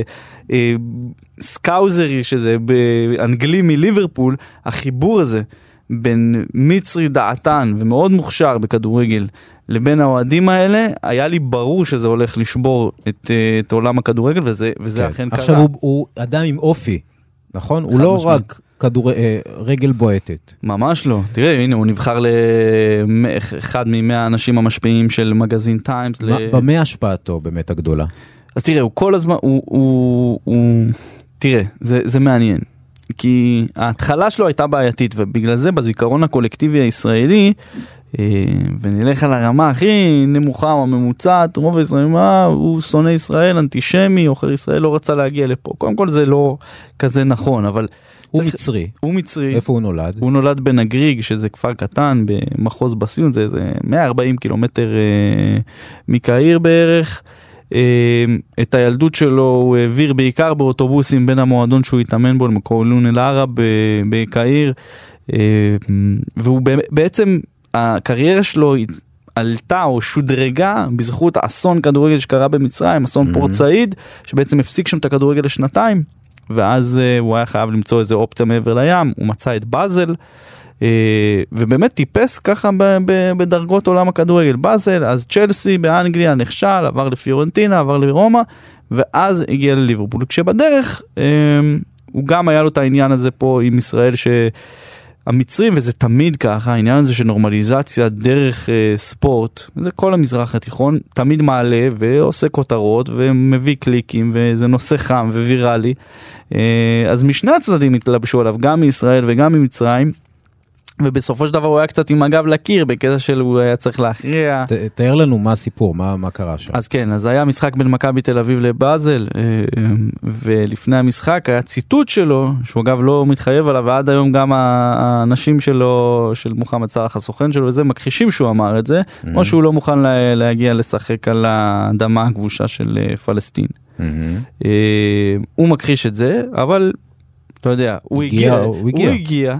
C: סקאוזרי, שזה באנגלי מליברפול, החיבור הזה בין מצרי דעתן ומאוד מוכשר בכדורגל לבין האוהדים האלה, היה לי ברור שזה הולך לשבור את עולם הכדורגל, וזה אכן קרה. עכשיו
B: הוא אדם עם אופי, נכון? הוא לא רק רגל בועטת.
C: ממש לא. תראה, הנה, הוא נבחר לאחד מ100 האנשים המשפיעים של מגזין טיימס.
B: במה השפעתו באמת הגדולה?
C: אז תראה, הוא כל הזמן, תראה, זה מעניין. כי ההתחלה שלו הייתה בעייתית, ובגלל זה בזיכרון הקולקטיבי הישראלי, ונלך על הרמה הכי נמוכה או הממוצעת, רוב הישראלים, הוא שונא ישראל, אנטישמי, אוכר ישראל לא רצה להגיע לפה. קודם כל זה לא כזה נכון, אבל...
B: הוא מצרי.
C: הוא מצרי.
B: איפה הוא נולד?
C: הוא נולד בנגריג, שזה כפר קטן, במחוז בסיון, זה 140 קילומטר מקהיר בערך. את הילדות שלו הוא העביר בעיקר באוטובוסים בין המועדון שהוא התאמן בו, למקולון אל-ערב בקהיר, והוא בעצם, הקריירה שלו עלתה או שודרגה בזכות האסון כדורגל שקרה במצרים, אסון פורט סעיד, שבעצם הפסיק שם את הכדורגל לשנתיים, ואז הוא היה חייב למצוא איזו אופציה מעבר לים, הוא מצא את באזל, ובאמת טיפס ככה בדרגות עולם הכדורגל. באזל, אז צ'לסי באנגליה נכשל, עבר לפיורנטינה, עבר לרומא, ואז הגיע לליברפול. כשבדרך, הוא גם היה לו את העניין הזה פה עם ישראל, שהמצרים, וזה תמיד ככה, העניין הזה של נורמליזציה דרך ספורט, זה כל המזרח התיכון, תמיד מעלה ועושה כותרות, ומביא קליקים, וזה נושא חם וויראלי. אז משני הצדדים התלבשו עליו, גם מישראל וגם ממצרים, ובסופו של דבר הוא היה קצת עם הגב לקיר, בקטע של הוא היה צריך להכריע.
B: תאר לנו מה הסיפור, מה קרה שם.
C: אז כן, אז היה משחק בין מכבי תל אביב לבאזל, ולפני המשחק היה ציטוט שלו, שהוא אגב לא מתחייב עליו, ועד היום גם האנשים שלו, של מוחמד סלאח הסוכן שלו, וזה מכחישים שהוא אמר את זה, או שהוא לא מוכן להגיע לשחק על האדמה הכבושה של פלסטין. הוא מכחיש את זה, אבל אתה יודע, הוא הגיע,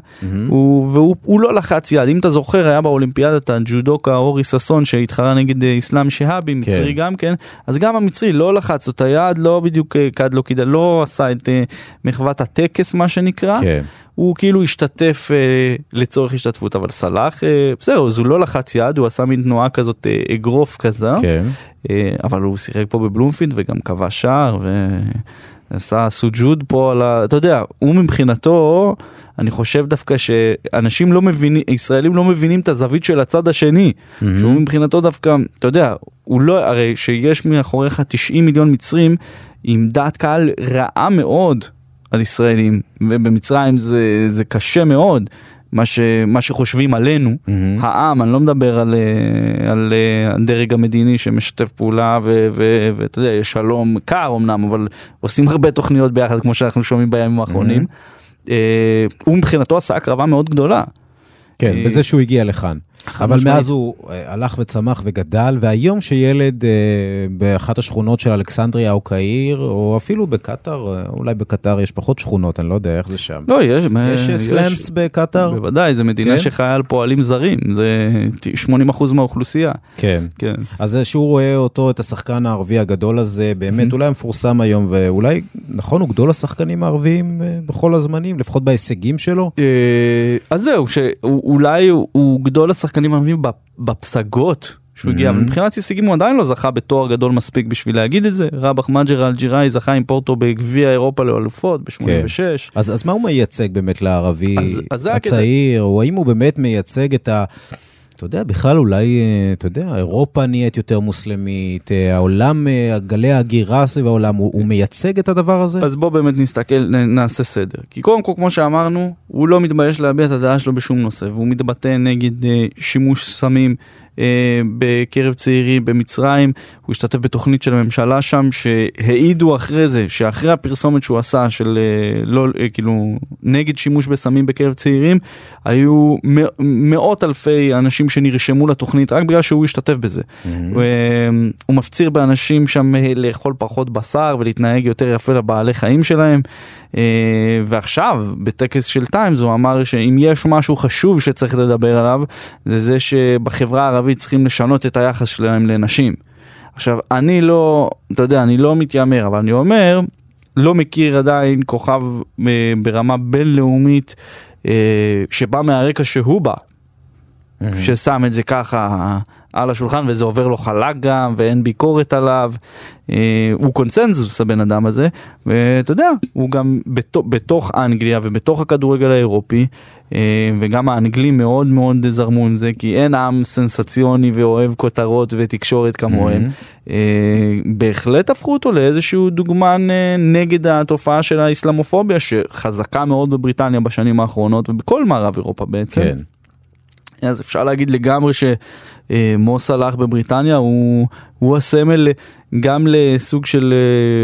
C: והוא לא לחץ יד. אם אתה זוכר, היה באולימפיאדת הג'ודוקה אורי ססון, שהתחרה נגד אסלאם שהבי, מצרי גם כן, אז גם המצרי לא לחץ אותה יד, לא בדיוק קד, לא כדאי, לא עשה את מחוות הטקס, מה שנקרא, הוא כאילו השתתף לצורך השתתפות, אבל סלאח, בסדר, אז הוא לא לחץ יד, הוא עשה מין תנועה כזאת, אגרוף כזה, אבל הוא שיחק פה בבלומפילד, וגם קבע שער, עשה סוג'וד פה על אתה יודע, הוא מבחינתו, אני חושב דווקא שאנשים לא מבינים, ישראלים לא מבינים את הזווית של הצד השני, שהוא מבחינתו דווקא, אתה יודע, הוא לא, הרי שיש מאחוריך 90 מיליון מצרים, עם דעת קהל רעה מאוד על ישראלים, ובמצרים זה קשה מאוד, מה שחושבים עלינו, העם, אני לא מדבר על הדרג המדיני שמשתף פעולה, ואתה יודע, יש שלום קר אמנם, אבל עושים הרבה תוכניות ביחד, כמו שאנחנו שומעים בימים האחרונים. הוא מבחינתו עשה הקרבה מאוד גדולה.
B: כן, בזה שהוא הגיע לכאן. אבל מאז הוא הלך וצמח וגדל, והיום שילד באחת השכונות של אלכסנדריה או קהיר, או אפילו בקטר, אולי בקטר יש פחות שכונות, אני לא יודע איך זה שם.
C: לא, יש.
B: יש סלאמס בקטר?
C: בוודאי, זה מדינה שחיה על פועלים זרים, זה 80% מהאוכלוסייה.
B: כן. אז שהוא רואה אותו, את השחקן הערבי הגדול הזה, באמת אולי מפורסם היום, ואולי, נכון, הוא גדול השחקנים הערביים בכל הזמנים, לפחות בהישגים שלו?
C: אז זהו, שאולי הוא גדול השחקנים הערבים בפסגות שהוא הגיע, אבל מבחינת הישגים הוא עדיין לא זכה בתואר גדול מספיק בשביל להגיד את זה. רבח מג'ר אלג'יראי זכה עם פורטו בגביע אירופה לאלופות ב-86.
B: אז מה הוא מייצג באמת לערבי הצעיר, או האם הוא באמת מייצג את ה... אתה יודע, בכלל אולי, אתה יודע, אירופה נהיית יותר מוסלמית, העולם, גלי ההגירה סביב העולם, הוא מייצג את הדבר הזה?
C: אז בוא באמת נסתכל, נעשה סדר. כי קודם כל, כמו שאמרנו, הוא לא מתבייש להביע את הדעה שלו בשום נושא, והוא מתבטא נגד שימוש סמים בקרב צעירים במצרים, הוא השתתף בתוכנית של הממשלה שם, שהעידו אחרי זה, שאחרי הפרסומת שהוא עשה, של לא, כאילו, נגד שימוש בסמים בקרב צעירים, היו מאות אלפי אנשים שנרשמו לתוכנית, רק בגלל שהוא השתתף בזה. הוא מפציר באנשים שם לאכול פחות בשר, ולהתנהג יותר יפה לבעלי חיים שלהם, ועכשיו, בטקס של טיימס, הוא אמר שאם יש משהו חשוב שצריך לדבר עליו, זה שבחברה הערבית צריכים לשנות את היחס שלהם לנשים. עכשיו, אני לא, אתה יודע, אני לא מתיימר, אבל אני אומר, לא מכיר עדיין כוכב ברמה בינלאומית, שבא מהרקע שהוא בא, ששם את זה ככה על השולחן, וזה עובר לו חלק גם, ואין ביקורת עליו, הוא קונצנזוס הבן אדם הזה, ואתה יודע, הוא גם בתוך אנגליה, ובתוך הכדורגל האירופי, וגם האנגלים מאוד מאוד זרמו עם זה, כי אין עם סנסציוני ואוהב כותרות ותקשורת כמוהם, בהחלט הפכו אותו לאיזשהו דוגמן נגד התופעה של האסלאמופוביה, שחזקה מאוד בבריטניה בשנים האחרונות, ובכל מערב אירופה בעצם. כן. אז אפשר להגיד לגמרי שמו סלאח בבריטניה הוא הסמל גם לסוג של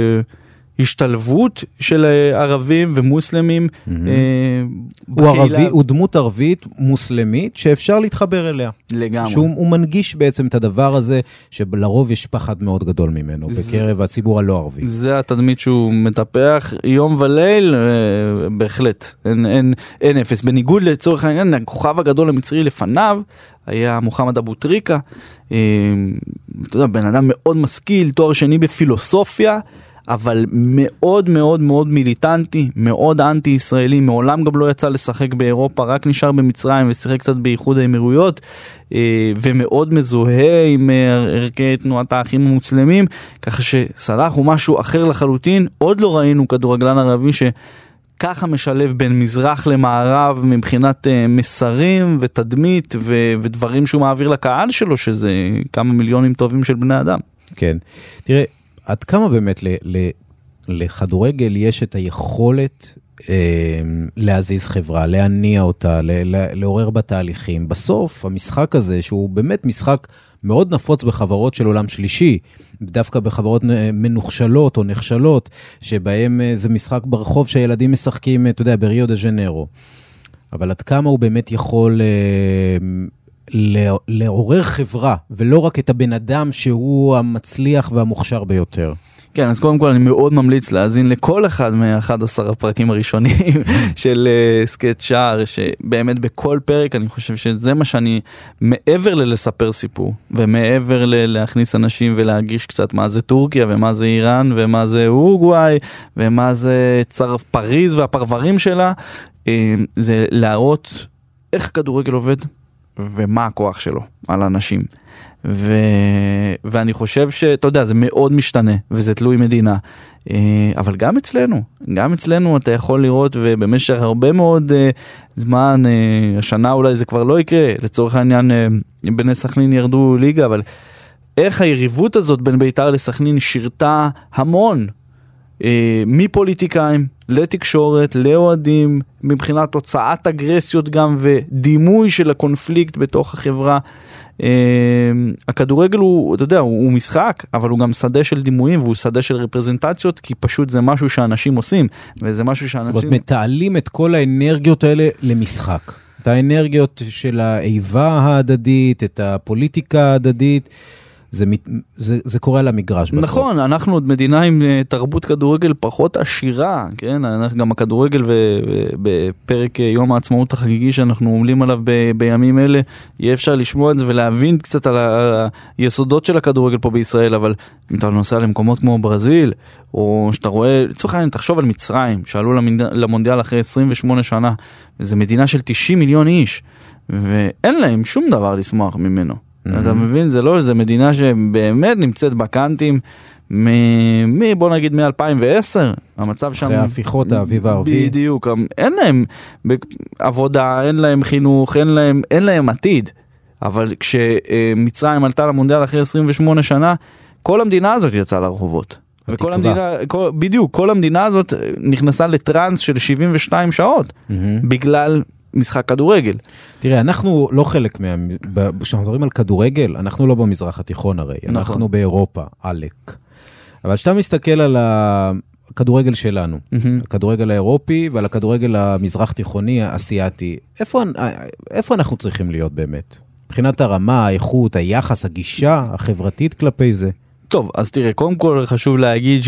C: השתלבות של ערבים ומוסלמים
B: בקהילה. הוא דמות ערבית מוסלמית שאפשר להתחבר אליה.
C: לגמרי.
B: שהוא מנגיש בעצם את הדבר הזה שלרוב יש פחד מאוד גדול ממנו בקרב הציבור הלא ערבי.
C: זה התדמית שהוא מטפח יום וליל, בהחלט. אין אפס. בניגוד לצורך העניין, הכוכב הגדול המצרי לפניו היה מוחמד אבו טריקה, אתה יודע, בן אדם מאוד משכיל, תואר שני בפילוסופיה, אבל מאוד מאוד מאוד מיליטנטי, מאוד אנטי-ישראלי, מעולם גם לא יצא לשחק באירופה, רק נשאר במצרים ושיחק קצת באיחוד האמירויות, ומאוד מזוהה עם ערכי תנועת האחים המוסלמים, ככה שסלאח הוא משהו אחר לחלוטין, עוד לא ראינו כדורגלן ערבי ככה משלב בין מזרח למערב מבחינת מסרים ותדמית ודברים שהוא מעביר לקהל שלו, שזה כמה מיליונים טובים של בני אדם.
B: כן. תראה, עד כמה באמת לכדורגל יש את היכולת להזיז חברה, להניע אותה, לעורר בתהליכים. בסוף, המשחק הזה, שהוא באמת משחק מאוד נפוץ בחברות של עולם שלישי, דווקא בחברות מנוכשלות או נכשלות, שבהם זה משחק ברחוב שהילדים משחקים, אתה יודע, בריו דה ז'נרו. אבל עד כמה הוא באמת יכול לעורר חברה, ולא רק את הבן אדם שהוא המצליח והמוכשר ביותר.
C: כן, אז קודם כל אני מאוד ממליץ להאזין לכל אחד מ-11 הפרקים הראשונים של סקט שער, שבאמת בכל פרק אני חושב שזה מה שאני, מעבר ללספר סיפור, ומעבר להכניס אנשים ולהגיש קצת מה זה טורקיה, ומה זה איראן, ומה זה אורוגוואי, ומה זה פריז והפרברים שלה, זה להראות איך כדורגל עובד, ומה הכוח שלו על אנשים. ואני חושב שאתה יודע, זה מאוד משתנה, וזה תלוי מדינה. אבל גם אצלנו אתה יכול לראות, ובמשך הרבה מאוד זמן, השנה אולי זה כבר לא יקרה, לצורך העניין, בני סכנין ירדו ליגה, אבל איך היריבות הזאת בין בית"ר לסכנין שירתה המון, מפוליטיקאים לתקשורת, לאוהדים, מבחינת הוצאת אגרסיות גם ודימוי של הקונפליקט בתוך החברה. הכדורגל הוא, אתה יודע, הוא משחק, אבל הוא גם שדה של דימויים, והוא שדה של רפרזנטציות, כי פשוט זה משהו שאנשים עושים, וזה משהו שאנשים...
B: זאת אומרת, מתעלים את כל האנרגיות האלה למשחק. את האנרגיות של האיבה ההדדית, את הפוליטיקה ההדדית, זה קורה למגרש בסוף.
C: נכון, אנחנו עוד מדינה עם תרבות כדורגל פחות עשירה, כן? גם הכדורגל ובפרק יום העצמאות החגיגי שאנחנו עומלים עליו בימים אלה, יהיה אפשר לשמוע את זה ולהבין קצת על היסודות של הכדורגל פה בישראל, אבל אם אתה נוסע למקומות כמו ברזיל, או שאתה רואה, לצורך העניין, תחשוב על מצרים, שעלו למונדיאל אחרי 28 שנה, וזו מדינה של 90 מיליון איש, ואין להם שום דבר לשמוח ממנו. אתה מבין, זה לא, זה מדינה שבאמת נמצאת בקנטים בוא נגיד מ-2010, המצב שם...
B: אחרי ההפיכות האביב הערבי.
C: בדיוק, אין להם עבודה, אין להם חינוך, אין להם עתיד, אבל כשמצרים עלתה למונדיאל אחרי 28 שנה, כל המדינה הזאת יצאה לרחובות. וכל המדינה, בדיוק, כל המדינה הזאת נכנסה לטרנס של 72 שעות, בגלל... משחק כדורגל.
B: תראה, אנחנו לא חלק כשאנחנו מדברים על כדורגל, אנחנו לא במזרח התיכון הרי, אנחנו באירופה, עלק. אבל כשאתה מסתכל על הכדורגל שלנו, הכדורגל האירופי ועל הכדורגל המזרח תיכוני, האסייתי, איפה אנחנו צריכים להיות באמת? מבחינת הרמה, האיכות, היחס, הגישה החברתית כלפי זה?
C: טוב, אז תראה, קודם כל חשוב להגיד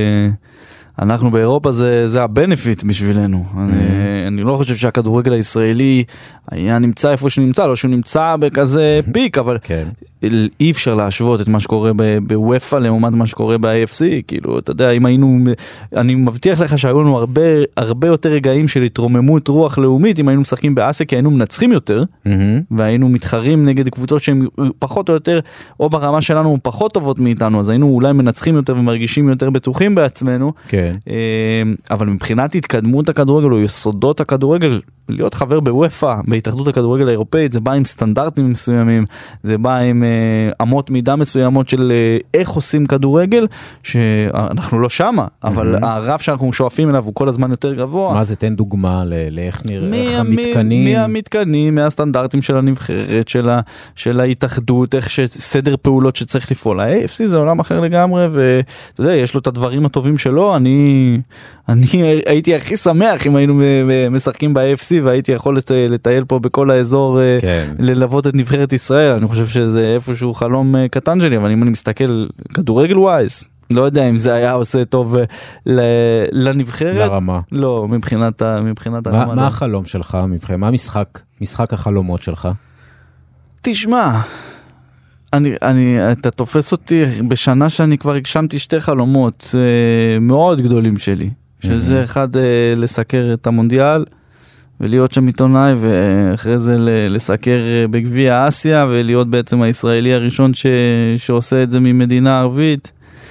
C: אנחנו באירופה זה הבנפיט בשבילנו. אני לא חושב שהכדורגל הישראלי היה נמצא איפה שהוא נמצא, לא שהוא נמצא בכזה פיק, אבל אי אפשר להשוות את מה שקורה בוופא לעומת מה שקורה ב-AFC. כאילו, אתה יודע, אם היינו, אני מבטיח לך שהיו לנו הרבה יותר רגעים של התרוממות רוח לאומית, אם היינו משחקים באסיה, כי היינו מנצחים יותר, והיינו מתחרים נגד קבוצות שהן פחות או יותר, או ברמה שלנו פחות טובות מאיתנו, אז היינו אולי מנצחים יותר ומרגישים יותר בטוחים בעצמנו. כן. אבל מבחינת התקדמות הכדורגל או יסודות הכדורגל, להיות חבר בוופא, בהתאחדות הכדורגל האירופאית, זה בא עם סטנדרטים מסוימים, זה בא עם אמות מידה מסוימות של איך עושים כדורגל, שאנחנו לא שמה, אבל הרף שאנחנו שואפים אליו הוא כל הזמן יותר גבוה.
B: מה זה, תן דוגמה לאיך נראה המתקנים?
C: מהמתקנים, מהסטנדרטים של הנבחרת, של ההתאחדות, איך סדר פעולות שצריך לפעול. ה-AFC זה עולם אחר לגמרי, ואתה יודע, יש לו את הדברים הטובים שלו. אני הייתי הכי שמח אם היינו משחקים ב-AFC, והייתי יכול לטייל פה בכל האזור, ללוות את נבחרת ישראל. אני חושב שזה איפשהו חלום קטן שלי, אבל אם אני מסתכל כדורגל ווייז, לא יודע אם זה היה עושה טוב לנבחרת.
B: לרמה.
C: לא, מבחינת הרמה.
B: מה החלום שלך? מה משחק החלומות שלך?
C: תשמע, אתה תופס אותי בשנה שאני כבר הגשמתי שתי חלומות מאוד גדולים שלי, שזה אחד לסקר את המונדיאל, ולהיות שם עיתונאי, ואחרי זה לסקר בגביע אסיה, ולהיות בעצם הישראלי הראשון שעושה את זה ממדינה ערבית.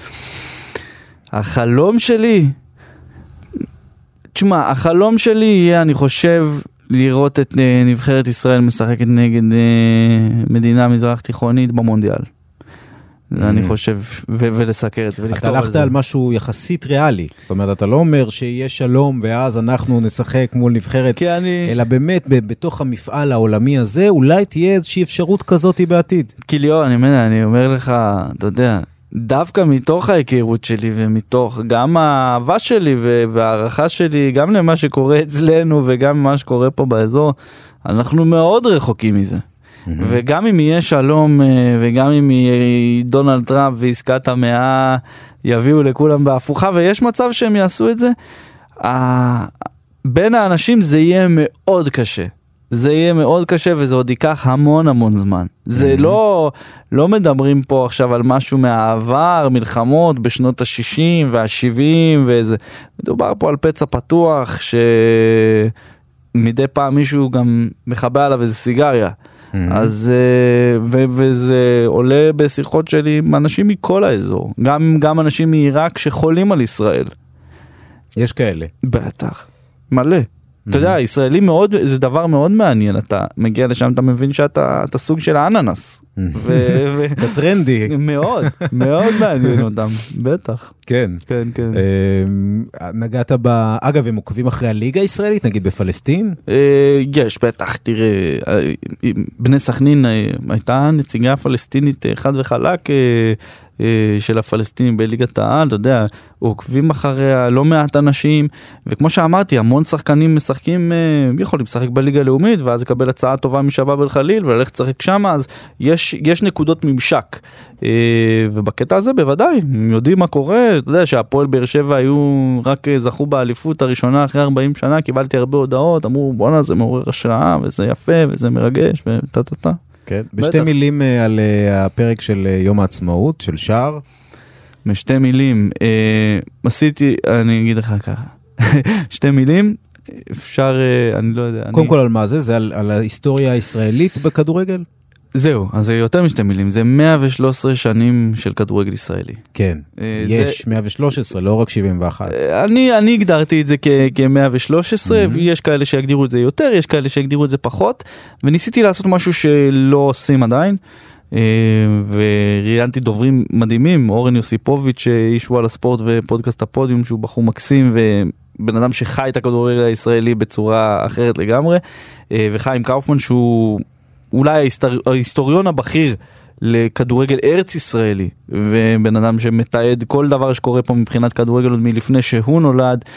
C: החלום שלי, תשמע, החלום שלי יהיה, אני חושב, לראות את נבחרת ישראל משחקת נגד מדינה מזרח תיכונית במונדיאל. אני חושב, ולסקר את זה, ולכתוב על זה.
B: אתה הלכת על משהו יחסית ריאלי. זאת אומרת, אתה לא אומר שיהיה שלום, ואז אנחנו נשחק מול נבחרת, אלא באמת, בתוך המפעל העולמי הזה, אולי תהיה איזושהי אפשרות כזאת בעתיד.
C: כי ליאור, אני אומר לך, אתה יודע, דווקא מתוך ההיכרות שלי, ומתוך גם האהבה שלי, והערכה שלי, גם למה שקורה אצלנו, וגם מה שקורה פה באזור, אנחנו מאוד רחוקים מזה. וגם אם יהיה שלום, וגם אם יהיה דונלד טראמפ ועסקת המאה יביאו לכולם בהפוכה, ויש מצב שהם יעשו את זה, בין האנשים זה יהיה מאוד קשה. זה יהיה מאוד קשה, וזה עוד ייקח המון זמן. זה לא מדברים פה עכשיו על משהו מהעבר, מלחמות בשנות ה-60 וה-70 וזה. מדובר פה על פצע פתוח, שמדי פעם מישהו גם מחבא עליו איזה סיגריה. אז, וזה עולה בשיחות שלי עם אנשים מכל האזור. גם אנשים מעיראק שחולים על ישראל.
B: יש כאלה.
C: בטח. מלא. אתה יודע, ישראלי מאוד, זה דבר מאוד מעניין, אתה מגיע לשם, אתה מבין שאתה סוג של האננס.
B: טרנדי.
C: מאוד מעניין אותם, בטח.
B: כן.
C: כן.
B: נגעת אגב, הם עוקבים אחרי הליגה הישראלית, נגיד בפלסטין?
C: יש, בטח, תראה, בני סכנין הייתה נציגה פלסטינית חד וחלק, של הפלסטינים בליגת העל, אתה יודע, עוקבים אחריה לא מעט אנשים, וכמו שאמרתי, המון שחקנים משחקים, יכולים לשחק בליגה הלאומית, ואז לקבל הצעה טובה משבאב אל חליל, וללכת לשחק שם, אז יש נקודות ממשק, ובקטע הזה בוודאי, הם יודעים מה קורה, אתה יודע שהפועל באר שבע היו, רק זכו באליפות הראשונה אחרי 40 שנה, קיבלתי הרבה הודעות, אמרו, בוא'נה, זה מעורר השראה, וזה יפה, וזה מרגש, וטטטה.
B: כן, בשתי מילים על הפרק של יום העצמאות, של שער.
C: בשתי מילים, עשיתי, אני אגיד לך ככה, שתי מילים, אפשר, אני לא יודע.
B: קודם כל על מה זה? זה על ההיסטוריה הישראלית בכדורגל?
C: זהו, אז זה יותר משתי מילים, זה 113 שנים של כדורגל ישראלי.
B: כן, יש 113, לא רק 71.
C: אני הגדרתי את זה כ-113, ויש כאלה שיגדירו את זה יותר, יש כאלה שיגדירו את זה פחות, וניסיתי לעשות משהו שלא עושים עדיין, וראיינתי דוברים מדהימים, אורן יוסיפוביץ' איש וואלה ספורט ופודקאסט הפודיום, שהוא בחור מקסים ובן אדם שחי את הכדורגל הישראלי בצורה אחרת לגמרי, וחיים קאופמן שהוא אולי ההיסטוריון הבכיר לכדורגל ארץ ישראלי, ובן אדם שמתעד כל דבר שקורה פה מבחינת כדורגל עוד מלפני שהוא נולד,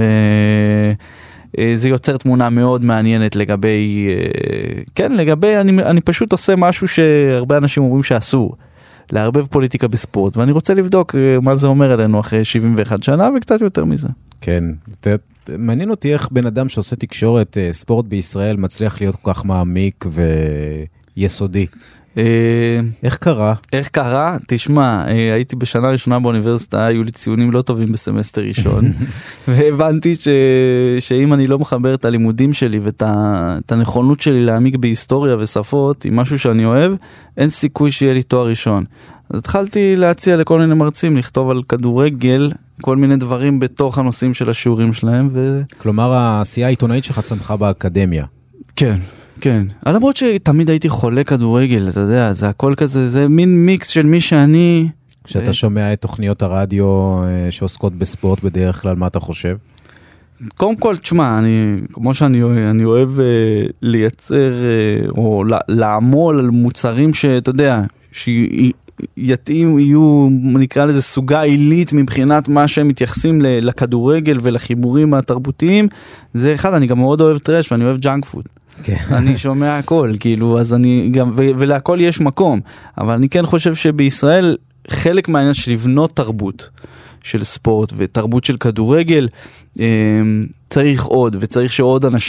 C: וזה יוצר תמונה מאוד מעניינת לגבי, כן, לגבי, אני פשוט עושה משהו שהרבה אנשים אומרים שאסור, להרבב פוליטיקה בספורט, ואני רוצה לבדוק מה זה אומר עלינו אחרי 71 שנה וקצת יותר מזה.
B: כן, מעניין אותי איך בן אדם שעושה תקשורת ספורט בישראל מצליח להיות כל כך מעמיק ויסודי. איך קרה?
C: איך קרה? תשמע, הייתי בשנה ראשונה באוניברסיטה, היו לי ציונים לא טובים בסמסטר ראשון, והבנתי שאם אני לא מחבר את הלימודים שלי ואת הנכונות שלי להעמיק בהיסטוריה ושפות עם משהו שאני אוהב, אין סיכוי שיהיה לי תואר ראשון. אז התחלתי להציע לכל מיני מרצים לכתוב על כדורגל, כל מיני דברים בתוך הנושאים של השיעורים שלהם.
B: כלומר, העשייה העיתונאית שלך צמחה באקדמיה.
C: כן, כן. למרות שתמיד הייתי חולה כדורגל, אתה יודע, זה הכל כזה, זה מין מיקס של מי שאני...
B: כשאתה שומע את תוכניות הרדיו שעוסקות בספורט בדרך כלל, מה אתה חושב?
C: קודם כל, תשמע, כמו שאני אוהב לייצר, או לעמול על מוצרים שאתה יודע, יתאים, יהיו, נקרא לזה סוגה עילית מבחינת מה שהם מתייחסים לכדורגל ולחיבורים התרבותיים, זה אחד, אני גם מאוד אוהב טרש ואני אוהב ג'אנק פוד. אני שומע הכל, כאילו, אז אני גם, ולהכל יש מקום, אבל אני כן חושב שבישראל חלק מהעניין של לבנות תרבות של ספורט ותרבות של כדורגל, צריך עוד, וצריך שעוד אנשים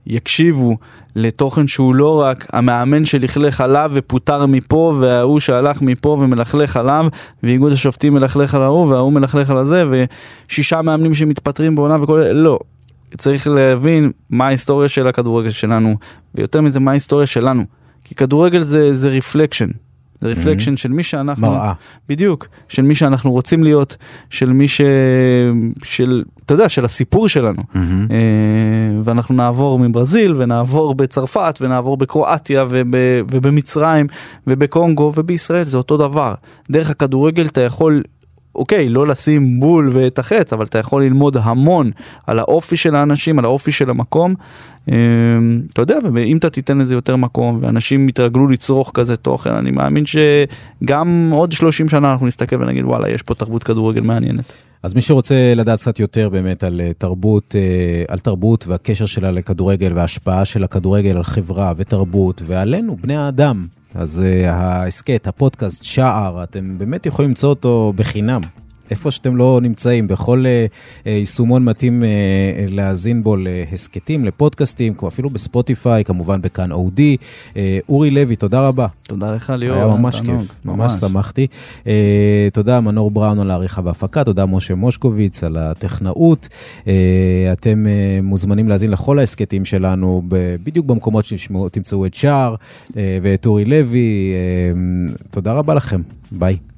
C: יקשיבו לתוכן שהוא לא רק המאמן שלכלך עליו ופוטר מפה, והוא שהלך מפה ומלכלך עליו, ואיגוד השופטים מלכלך על ההוא, וההוא מלכלך על הזה, ושישה מאמנים שמתפטרים בעונה וכל זה, לא. צריך להבין מה ההיסטוריה של הכדורגל שלנו, ויותר מזה מה ההיסטוריה שלנו. כי כדורגל זה רפלקשן. זה רפלקשן של מי שאנחנו...
B: מראה.
C: בדיוק. של מי שאנחנו רוצים להיות, של מי אתה יודע, של הסיפור שלנו. ואנחנו נעבור מברזיל, ונעבור בצרפת, ונעבור בקרואטיה, ובמצרים, ובקונגו, ובישראל זה אותו דבר. דרך הכדורגל אתה יכול... אוקיי, לא לשים בול ותחץ, אבל אתה יכול ללמוד המון על האופי של האנשים, על האופי של המקום. אתה יודע, ואם אתה תיתן לזה יותר מקום, ואנשים יתרגלו לצרוך כזה תוכן, אני מאמין שגם עוד 30 שנה אנחנו נסתכל ונגיד, וואלה, יש פה תרבות כדורגל מעניינת.
B: אז מי שרוצה לדעת קצת יותר באמת על תרבות והקשר שלה לכדורגל, וההשפעה של הכדורגל על חברה ותרבות, ועלינו, בני האדם, אז העסקת, הפודקאסט, שער, אתם באמת יכולים למצוא אותו בחינם. איפה שאתם לא נמצאים, בכל יישומון מתאים להאזין בו להסקטים, לפודקאסטים, כמו אפילו בספוטיפיי, כמובן בכאן אודי. אורי לוי, תודה רבה.
C: תודה לך ליאור.
B: היה ממש כיף, ממש שמחתי. תודה מנור בראון על העריכה והפקה, תודה משה מושקוביץ על הטכנאות. אתם מוזמנים להאזין לכל ההסקטים שלנו, בדיוק במקומות שתמצאו את שער ואת אורי לוי. תודה רבה לכם, ביי.